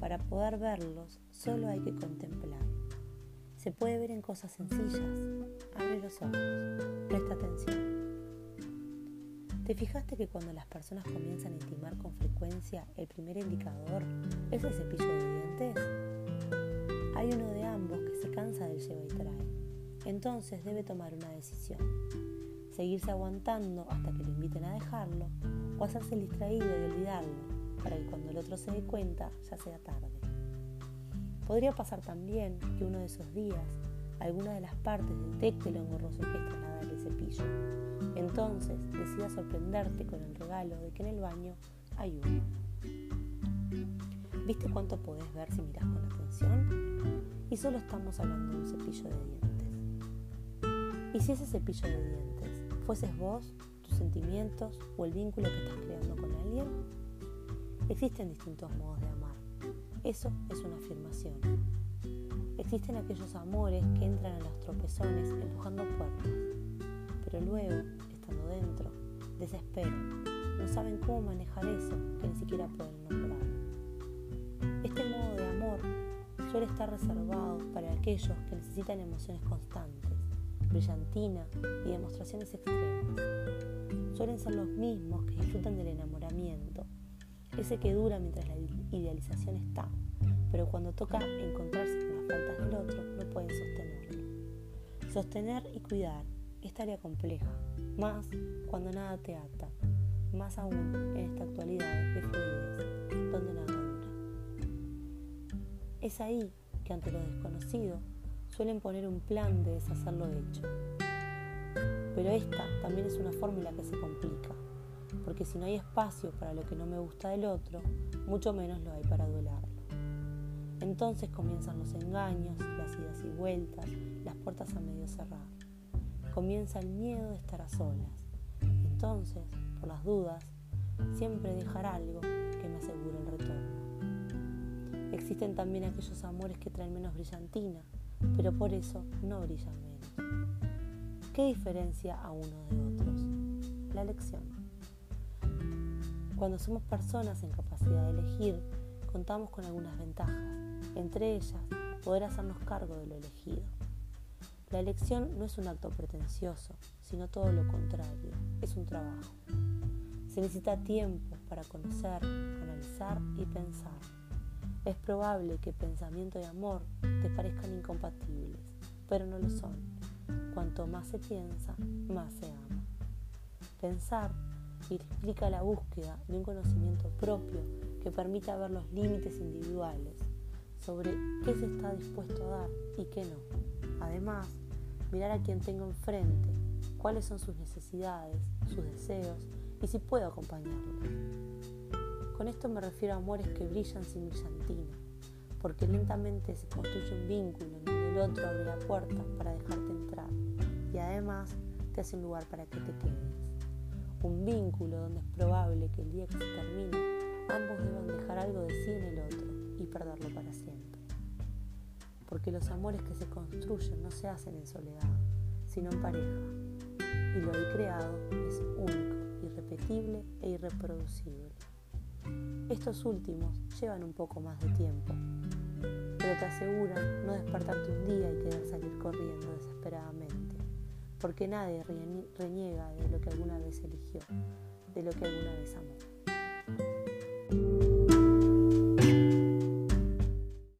Para poder verlos, solo hay que contemplar. Se puede ver en cosas sencillas. Abre los ojos, presta atención. ¿Te fijaste que cuando las personas comienzan a intimar con frecuencia, el primer indicador es el cepillo de dientes? Hay uno de ambos que se cansa del lleva y trae. Entonces debe tomar una decisión. Seguirse aguantando hasta que lo inviten a dejarlo, o hacerse el distraído y olvidarlo, para que cuando el otro se dé cuenta ya sea tarde. Podría pasar también que uno de esos días alguna de las partes detecte lo engorroso que es trasladar el cepillo. Entonces decida sorprenderte con el regalo de que en el baño hay uno. ¿Viste cuánto podés ver si mirás con atención? Y solo estamos hablando de un cepillo de dientes. ¿Y si ese cepillo de dientes fueses vos, tus sentimientos o el vínculo que estás creando con alguien? Existen distintos modos de amar. Eso es una afirmación. Existen aquellos amores que entran a los tropezones empujando puertas, pero luego, estando dentro, desesperan, no saben cómo manejar eso que ni siquiera pueden nombrar. Este modo de amor suele estar reservado para aquellos que necesitan emociones constantes, brillantina y demostraciones extremas. Suelen ser los mismos que disfrutan del enamoramiento, ese que dura mientras la idealización está, pero cuando toca encontrarse con las faltas del otro no pueden sostenerlo. Sostener y cuidar es tarea compleja, más cuando nada te ata, más aún en esta actualidad de fluidez, donde nada dura. Es ahí que ante lo desconocido suelen poner un plan de deshacer lo hecho. Pero esta también es una fórmula que se complica, porque si no hay espacio para lo que no me gusta del otro, mucho menos lo hay para duelarlo. Entonces comienzan los engaños, las idas y vueltas, las puertas a medio cerrar. Comienza el miedo de estar a solas. Entonces, por las dudas, siempre dejar algo que me asegure el retorno. Existen también aquellos amores que traen menos brillantina, pero por eso no brillan menos. ¿Qué diferencia a uno de otros? La elección. Cuando somos personas en capacidad de elegir, contamos con algunas ventajas, entre ellas, poder hacernos cargo de lo elegido. La elección no es un acto pretencioso, sino todo lo contrario, es un trabajo. Se necesita tiempo para conocer, analizar y pensar. Es probable que pensamiento y amor te parezcan incompatibles, pero no lo son. Cuanto más se piensa, más se ama. Pensar implica la búsqueda de un conocimiento propio que permita ver los límites individuales sobre qué se está dispuesto a dar y qué no. Además, mirar a quien tengo enfrente, cuáles son sus necesidades, sus deseos y si puedo acompañarlos. Con esto me refiero a amores que brillan sin brillantina, porque lentamente se construye un vínculo en donde el otro abre la puerta para dejarte entrar y además te hace un lugar para que te quedes. Un vínculo donde es probable que el día que se termine, ambos deban dejar algo de sí en el otro y perderlo para siempre. Porque los amores que se construyen no se hacen en soledad, sino en pareja. Y lo ahí creado es único, irrepetible e irreproducible. Estos últimos llevan un poco más de tiempo, pero te aseguran no despertarte un día y querer salir corriendo desesperadamente, porque nadie reniega de lo que alguna vez eligió, de lo que alguna vez amó.